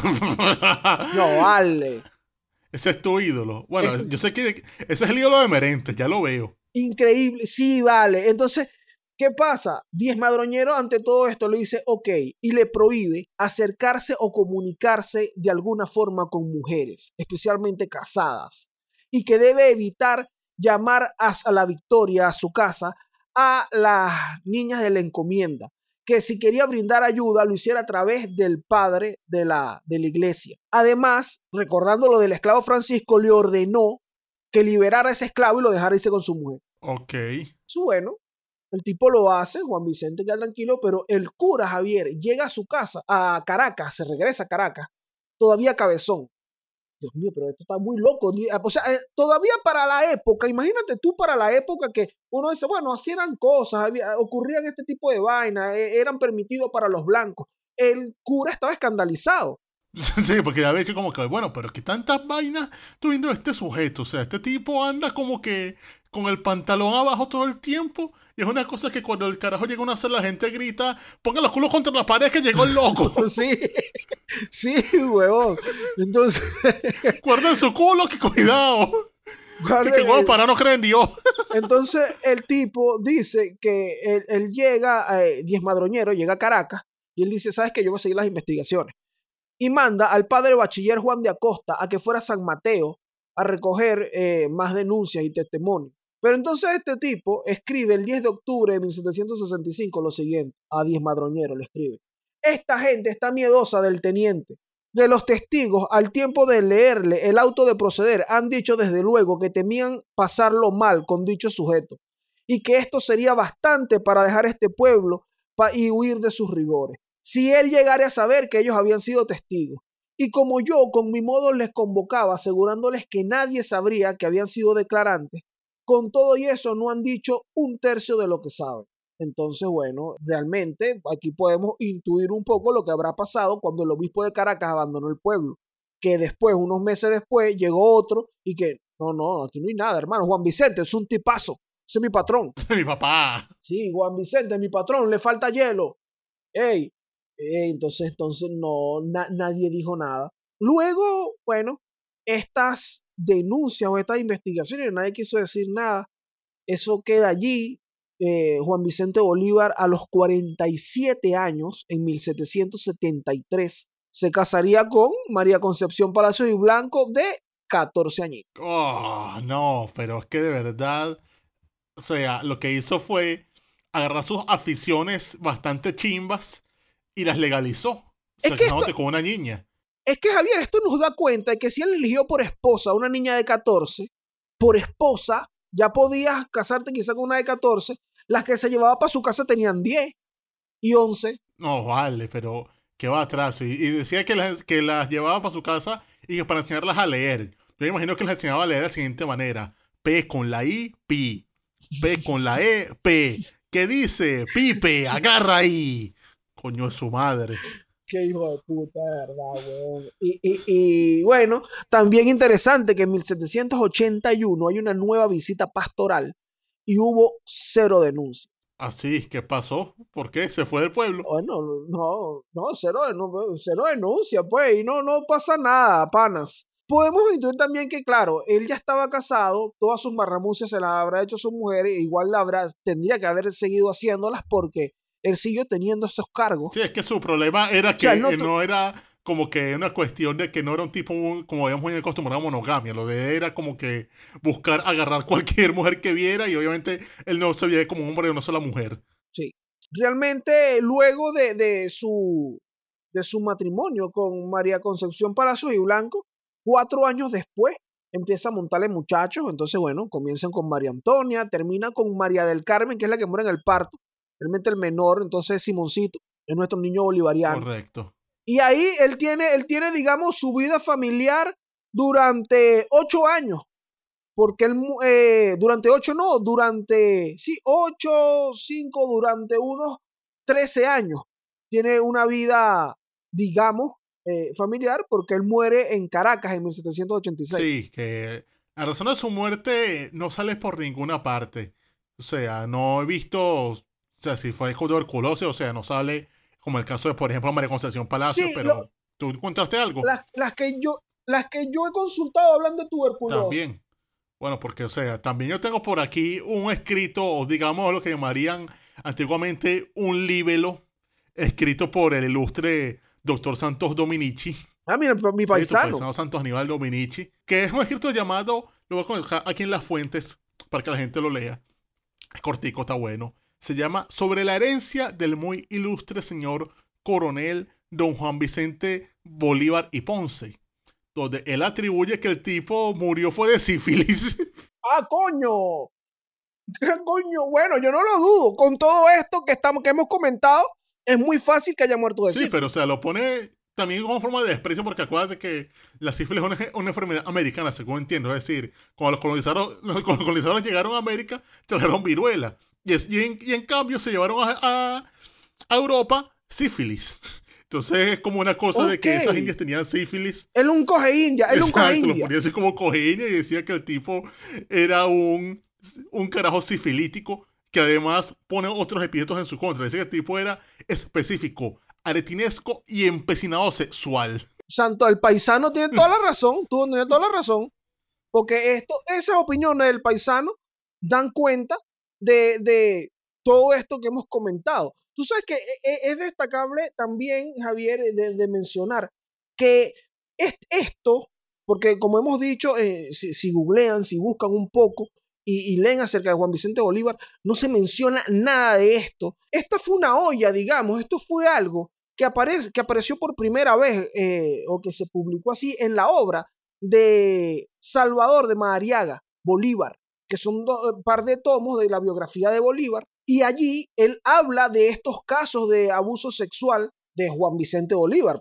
No, vale. Ese es tu ídolo. Bueno, yo sé que ese es el ídolo de Merentes, ya lo veo. Increíble, sí, vale. Entonces, ¿qué pasa? Diez Madroñero ante todo esto le dice ok y le prohíbe acercarse o comunicarse de alguna forma con mujeres, especialmente casadas, y que debe evitar llamar a la Victoria, a su casa, a las niñas de la encomienda, que si quería brindar ayuda lo hiciera a través del padre de la iglesia. Además, recordando lo del esclavo Francisco, le ordenó que liberara a ese esclavo y lo dejara irse con su mujer. Ok. Bueno, el tipo lo hace, Juan Vicente queda tranquilo, pero el cura Javier llega a su casa, a Caracas, se regresa a Caracas, todavía cabezón. Dios mío, pero esto está muy loco. O sea, todavía para la época, imagínate tú para la época que uno dice, bueno, así eran cosas, ocurrían este tipo de vainas, eran permitidos para los blancos. El cura estaba escandalizado. Sí, porque había hecho como que, bueno, pero que tantas vainas tú viendo este sujeto. O sea, este tipo anda como que con el pantalón abajo todo el tiempo. Y es una cosa que cuando el carajo llega a una sala, la gente grita, pongan los culos contra la pared que llegó el loco. Sí, sí, huevón. Entonces... Guarden su culo, que cuidado. Que huevos para no creer en Dios. Entonces el tipo dice que él llega, Diez Madroñero, llega a Caracas, y él dice, ¿sabes qué? Yo voy a seguir las investigaciones. Y manda al padre bachiller Juan de Acosta a que fuera a San Mateo a recoger más denuncias y testimonios. Pero entonces este tipo escribe el 10 de octubre de 1765 lo siguiente, a Diez Madroñero le escribe: esta gente está miedosa del teniente. De los testigos, al tiempo de leerle el auto de proceder, han dicho desde luego que temían pasarlo mal con dicho sujeto, y que esto sería bastante para dejar este pueblo y huir de sus rigores. Si él llegara a saber que ellos habían sido testigos, y como yo con mi modo les convocaba asegurándoles que nadie sabría que habían sido declarantes, con todo y eso no han dicho un tercio de lo que saben. Entonces, bueno, realmente aquí podemos intuir un poco lo que habrá pasado cuando el obispo de Caracas abandonó el pueblo, que después, unos meses después, llegó otro y que, no, aquí no hay nada, hermano, Juan Vicente es un tipazo, ese es mi patrón. Mi papá. Sí, Juan Vicente es mi patrón, le falta hielo. Ey, entonces no, nadie dijo nada. Luego, bueno, estas denuncias o estas investigaciones, nadie quiso decir nada, eso queda allí. Juan Vicente Bolívar a los 47 años, en 1773, se casaría con María Concepción Palacios y Blanco de 14 añitos. Oh, no, pero es que de verdad, o sea, lo que hizo fue agarrar sus aficiones bastante chimbas y las legalizó. O sea, casándote con una niña. Es que, Javier, esto nos da cuenta de que si él eligió por esposa a una niña de 14, por esposa, ya podías casarte quizá con una de 14, las que se llevaba para su casa tenían 10 y 11. No, vale, pero que va atrás. Y decía que las llevaba para su casa y que para enseñarlas a leer. Yo me imagino que las enseñaba a leer de la siguiente manera: P con la I, pi. P con la E, P. ¿Qué dice? Pipe, agarra ahí. Coño, es su madre. Qué hijo de puta, de verdad, weón. Y bueno, también interesante que en 1781 hay una nueva visita pastoral y hubo 0 denuncias. Así, ¿qué pasó? ¿Por qué? ¿Se fue del pueblo? Bueno, no, cero denuncias, pues, y no pasa nada, panas. Podemos intuir también que, claro, él ya estaba casado, todas sus marramucias se las habrá hecho su mujer, e igual tendría que haber seguido haciéndolas porque él siguió teniendo esos cargos. Sí, es que su problema era que no era como que una cuestión de que no era un tipo, como habíamos muy acostumbrado a monogamia. Lo de él era como que buscar agarrar cualquier mujer que viera y obviamente él no se veía como un hombre de una sola mujer. Sí. Realmente, luego de su matrimonio con María Concepción Palacios y Blanco, 4 años después empieza a montarle muchachos. Entonces, bueno, comienzan con María Antonia, termina con María del Carmen, que es la que muere en el parto. Realmente el menor, entonces Simoncito, es nuestro niño bolivariano. Correcto. Y ahí él tiene, digamos, su vida familiar durante 8 años. Porque él, durante 8 no, durante, sí, 8, 5, durante unos 13 años. Tiene una vida, digamos, familiar, porque él muere en Caracas en 1786. Sí, que la razón de su muerte no sale por ninguna parte. O sea, no he visto, o sea, si fue con tuberculosis, o sea, no sale como el caso de, por ejemplo, María Concepción Palacio, Sí, pero ¿tú encontraste algo? las que yo he consultado hablan de tuberculosis. También. Bueno, porque, o sea, también yo tengo por aquí un escrito, o digamos lo que llamarían antiguamente un libelo, escrito por el ilustre doctor Santos Dominici. Ah, mira, mi Sí, paisano. tu paisano Santos Aníbal Dominici, que es un escrito llamado, lo voy a colocar aquí en las fuentes para que la gente lo lea. Es cortico, está bueno. Se llama Sobre la herencia del muy ilustre señor coronel don Juan Vicente Bolívar y Ponce, donde él atribuye que el tipo murió fue de sífilis. ¡Ah, coño! ¿Qué coño? Bueno, yo no lo dudo. Con todo esto que hemos comentado, es muy fácil que haya muerto de Sí, sífilis. pero o sea, lo pone también como forma de desprecio, porque acuérdate que la sífilis es una enfermedad americana, según entiendo. Es decir, cuando los colonizadores llegaron a América, trajeron viruela. Y en cambio se llevaron a Europa sífilis. Entonces es como una cosa de que Ok. esas indias tenían sífilis. Él un coge india, él un coge Exacto, lo india. ponía así como cogeña y decía que el tipo era un carajo sifilítico que además pone otros epítetos en su contra. Dice que el tipo era específico, aretinesco y empecinado sexual. Santo, el paisano tiene toda la razón, tú tienes toda la razón, porque esas opiniones del paisano dan cuenta de todo esto que hemos comentado. Tú sabes que es destacable también, Javier, de mencionar que esto, porque como hemos dicho, si googlean, si buscan un poco y leen acerca de Juan Vicente Bolívar, no se menciona nada de esto. Esta fue una olla, digamos, esto fue algo que apareció por primera vez, o que se publicó así en la obra de Salvador de Madariaga, Bolívar, que son un par de tomos de la biografía de Bolívar, y allí él habla de estos casos de abuso sexual de Juan Vicente Bolívar.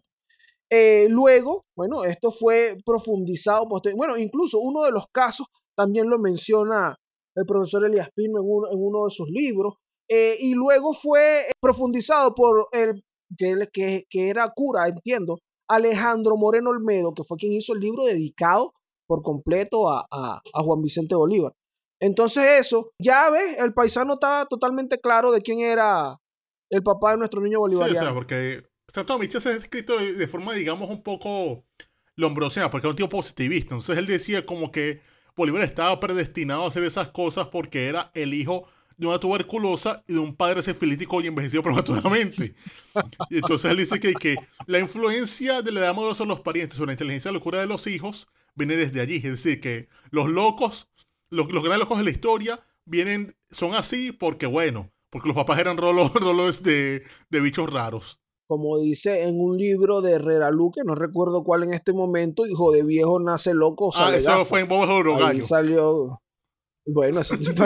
Luego, bueno, esto fue profundizado, bueno, incluso uno de los casos también lo menciona el profesor Elías Pino en uno de sus libros, y luego fue profundizado por el que era cura, entiendo, Alejandro Moreno Olmedo, que fue quien hizo el libro dedicado por completo a Juan Vicente Bolívar. Entonces eso, ya ves, el paisano estaba totalmente claro de quién era el papá de nuestro niño bolivariano. Sí, o sea, porque Santo Dominici se ha escrito de forma, digamos, un poco lombrosiana, porque era un tipo positivista. Entonces él decía como que Bolívar estaba predestinado a hacer esas cosas porque era el hijo de una tuberculosa y de un padre sifilítico y envejecido prematuramente. Y entonces él dice que la influencia de la edad moderna sobre los parientes, sobre la inteligencia y la locura de los hijos, viene desde allí. Es decir, que los locos, los grandes locos de la historia, son así porque, bueno, porque los papás eran rolos de bichos raros. Como dice en un libro de Herrera Luque, no recuerdo cuál en este momento, hijo de viejo nace loco, sale eso gafo. fue en Bobos de Ahí Orogallo. salió. Bueno,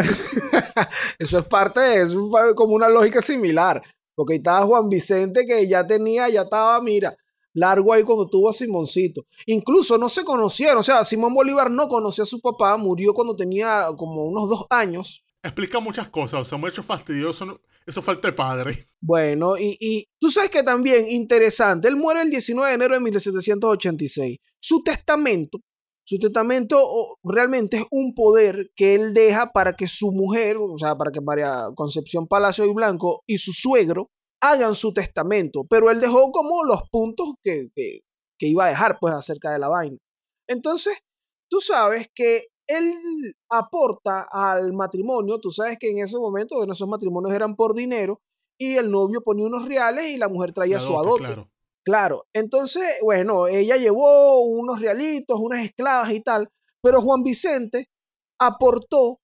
eso es parte eso es como una lógica similar. Porque ahí estaba Juan Vicente que ya estaba, mira, largo ahí cuando tuvo a Simoncito. Incluso no se conocieron, o sea, Simón Bolívar no conoció a su papá, murió cuando tenía como unos 2 años. Explica muchas cosas, o sea, mucho fastidioso, eso falta de padre. Bueno, y tú sabes que también interesante, él muere el 19 de enero de 1786. Su testamento realmente es un poder que él deja para que su mujer, o sea, para que María Concepción Palacio y Blanco y su suegro hagan su testamento, pero él dejó como los puntos que iba a dejar, pues, acerca de la vaina. Entonces, tú sabes que él aporta al matrimonio, tú sabes que en ese momento, bueno, esos matrimonios eran por dinero, y el novio ponía unos reales y la mujer traía su adote. Claro. Claro, entonces, bueno, ella llevó unos realitos, unas esclavas y tal, pero Juan Vicente aportó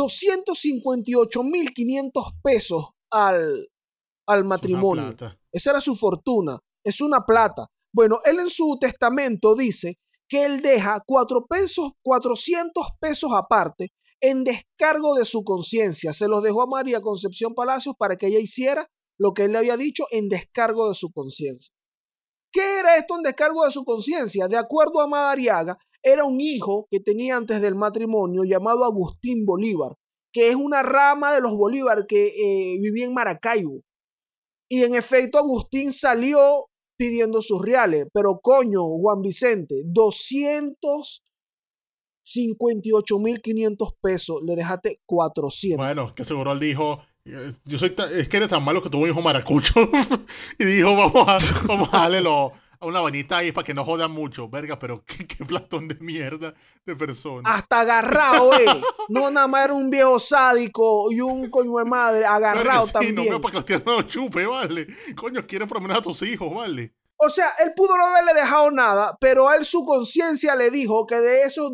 258.500 pesos al matrimonio. Esa era su fortuna, es una plata. Bueno, él en su testamento dice que él deja 400 pesos aparte en descargo de su conciencia. Se los dejó a María Concepción Palacios para que ella hiciera lo que él le había dicho en descargo de su conciencia. ¿Qué era esto en descargo de su conciencia? De acuerdo a Madariaga, era un hijo que tenía antes del matrimonio llamado Agustín Bolívar, que es una rama de los Bolívar que vivía en Maracaibo. Y en efecto, Agustín salió pidiendo sus reales. Pero coño, Juan Vicente, 258.500 pesos. Le dejaste 400. Bueno, que seguro él dijo, es que eres tan malo que tuvo un hijo maracucho. Y dijo, vamos a darle a una vainita ahí para que no jodan mucho. Verga, pero qué platón de mierda de persona. Hasta agarrado, No, nada más era un viejo sádico y un coño de madre. Agarrado sí, también. No, para que los tíos no lo chupe, vale. Coño, quiere promener a tus hijos, vale. O sea, él pudo no haberle dejado nada, pero a él su conciencia le dijo que de esos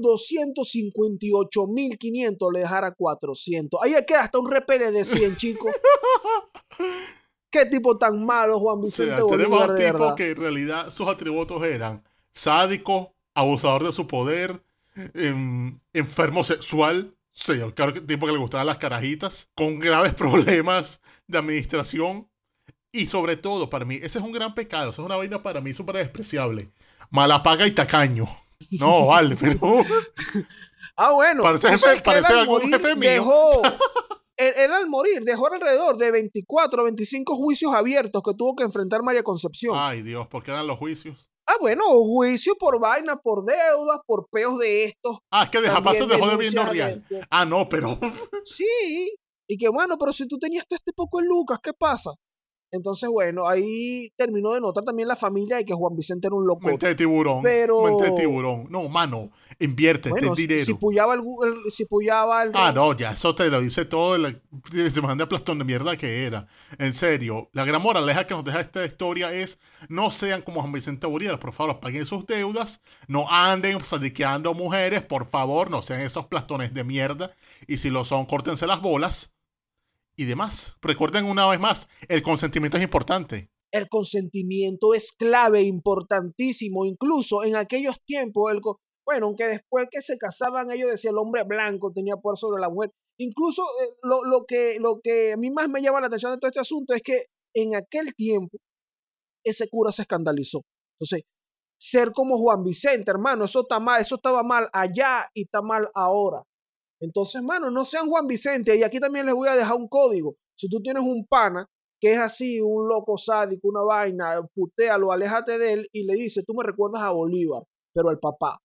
258.500 le dejara 400. Ahí queda hasta un repele de 100, chicos. Qué tipo tan malo, Juan Vicente Bolívar, tenemos un de tipo verdad. que en realidad sus atributos eran sádico, abusador de su poder, enfermo sexual, claro, tipo que le gustaban las carajitas, con graves problemas de administración. Y sobre todo, para mí, ese es un gran pecado. Esa es una vaina para mí súper despreciable. Malapaga y tacaño. No, vale, pero... Bueno. Parece algún jefe mío. Él al morir dejó alrededor de 24 o 25 juicios abiertos que tuvo que enfrentar María Concepción. Ay, Dios, ¿por qué eran los juicios? Bueno, juicios por vainas, por deudas, por peos de estos. Es que deja paso dejó de viendo real. No, pero... Sí, y que bueno, pero si tú tenías todo este poco en Lucas, ¿qué pasa? Entonces, bueno, ahí terminó de notar también la familia de que Juan Vicente era un loco. Mente de tiburón. Pero... Mente de tiburón. No, mano, invierte este dinero. Si puyaba el... No, ya, eso te lo dice todo. Se me anda plastón de mierda que era. En serio, la gran moraleja que nos deja esta historia es: no sean como Juan Vicente Bolívar, por favor, paguen sus deudas. No anden sadiqueando mujeres, por favor, no sean esos plastones de mierda. Y si lo son, córtense las bolas. Y demás. Recuerden una vez más, el consentimiento es importante. El consentimiento es clave, importantísimo. Incluso en aquellos tiempos, aunque después que se casaban ellos decía el hombre blanco tenía poder sobre la mujer. Incluso lo que a mí más me llama la atención de todo este asunto es que en aquel tiempo ese cura se escandalizó. Entonces, ser como Juan Vicente, hermano, eso está mal, eso estaba mal allá y está mal ahora. Entonces, hermano, no sean Juan Vicente. Y aquí también les voy a dejar un código. Si tú tienes un pana que es así, un loco sádico, una vaina, putéalo, aléjate de él y le dice, tú me recuerdas a Bolívar, pero al papá.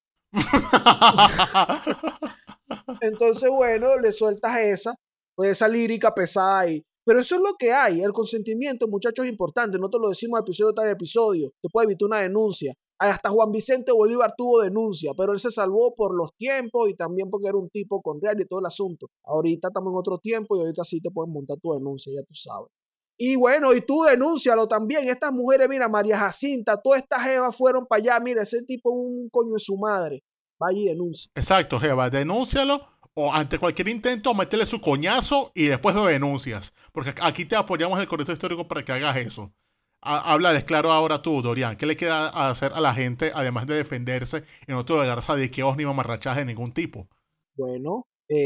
Entonces, bueno, le sueltas esa lírica pesada ahí. Pero eso es lo que hay. El consentimiento, muchachos, es importante. No te lo decimos episodio tras episodio. Te puede evitar una denuncia. Hasta Juan Vicente Bolívar tuvo denuncia, pero él se salvó por los tiempos y también porque era un tipo con real y todo el asunto. Ahorita estamos en otro tiempo y ahorita sí te pueden montar tu denuncia, ya tú sabes. Y bueno, y tú denúncialo también. Estas mujeres, mira, María Jacinta, todas estas jevas fueron para allá. Mira, ese tipo es un coño de su madre. Vaya y denuncia. Exacto, jeva, denúncialo. O ante cualquier intento, métele su coñazo y después lo denuncias. Porque aquí te apoyamos en el Correcto Histórico para que hagas eso. Háblales claro ahora tú, Dorian. ¿Qué le queda a hacer a la gente, además de defenderse y no tolerar sadiqueos ni mamarrachadas de ningún tipo? Bueno,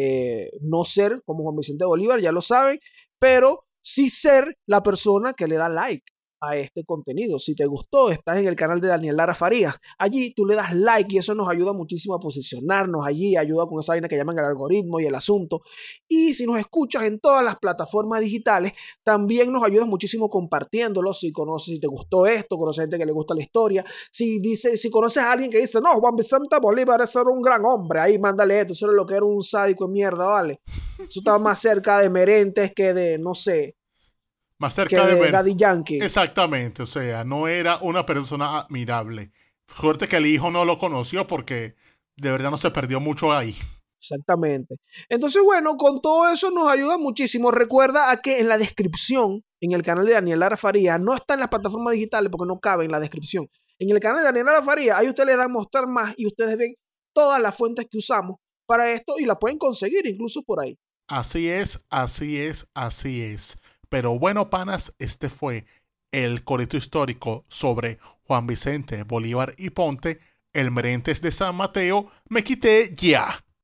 no ser como Juan Vicente Bolívar, ya lo saben, pero sí ser la persona que le da like a este contenido. Si te gustó, estás en el canal de Daniel Lara Farías. Allí tú le das like y eso nos ayuda muchísimo a posicionarnos allí, ayuda con esa vaina que llaman el algoritmo y el asunto. Y si nos escuchas en todas las plataformas digitales, también nos ayuda muchísimo compartiéndolo. Si conoces, si te gustó esto, conoces gente que le gusta la historia, si conoces a alguien que dice, no, Juan Vicente Bolívar ese era un gran hombre, ahí mándale esto, eso era lo que era un sádico de mierda, ¿vale? Eso estaba más cerca de Merentes que de, no sé, más cerca de Daddy Yankee. Exactamente, o sea, no era una persona admirable. Suerte que el hijo no lo conoció porque de verdad no se perdió mucho ahí. Exactamente. Entonces, bueno, con todo eso nos ayuda muchísimo. Recuerda a que en la descripción, en el canal de Daniel Lara Farías, no está en las plataformas digitales porque no cabe en la descripción. En el canal de Daniel Lara Farías, ahí ustedes le dan mostrar más y ustedes ven todas las fuentes que usamos para esto y la pueden conseguir incluso por ahí. Así es, así es, así es. Pero bueno, panas, este fue el Correcto Histórico sobre Juan Vicente Bolívar y Ponte, el Merentes de San Mateo. Me quité ya.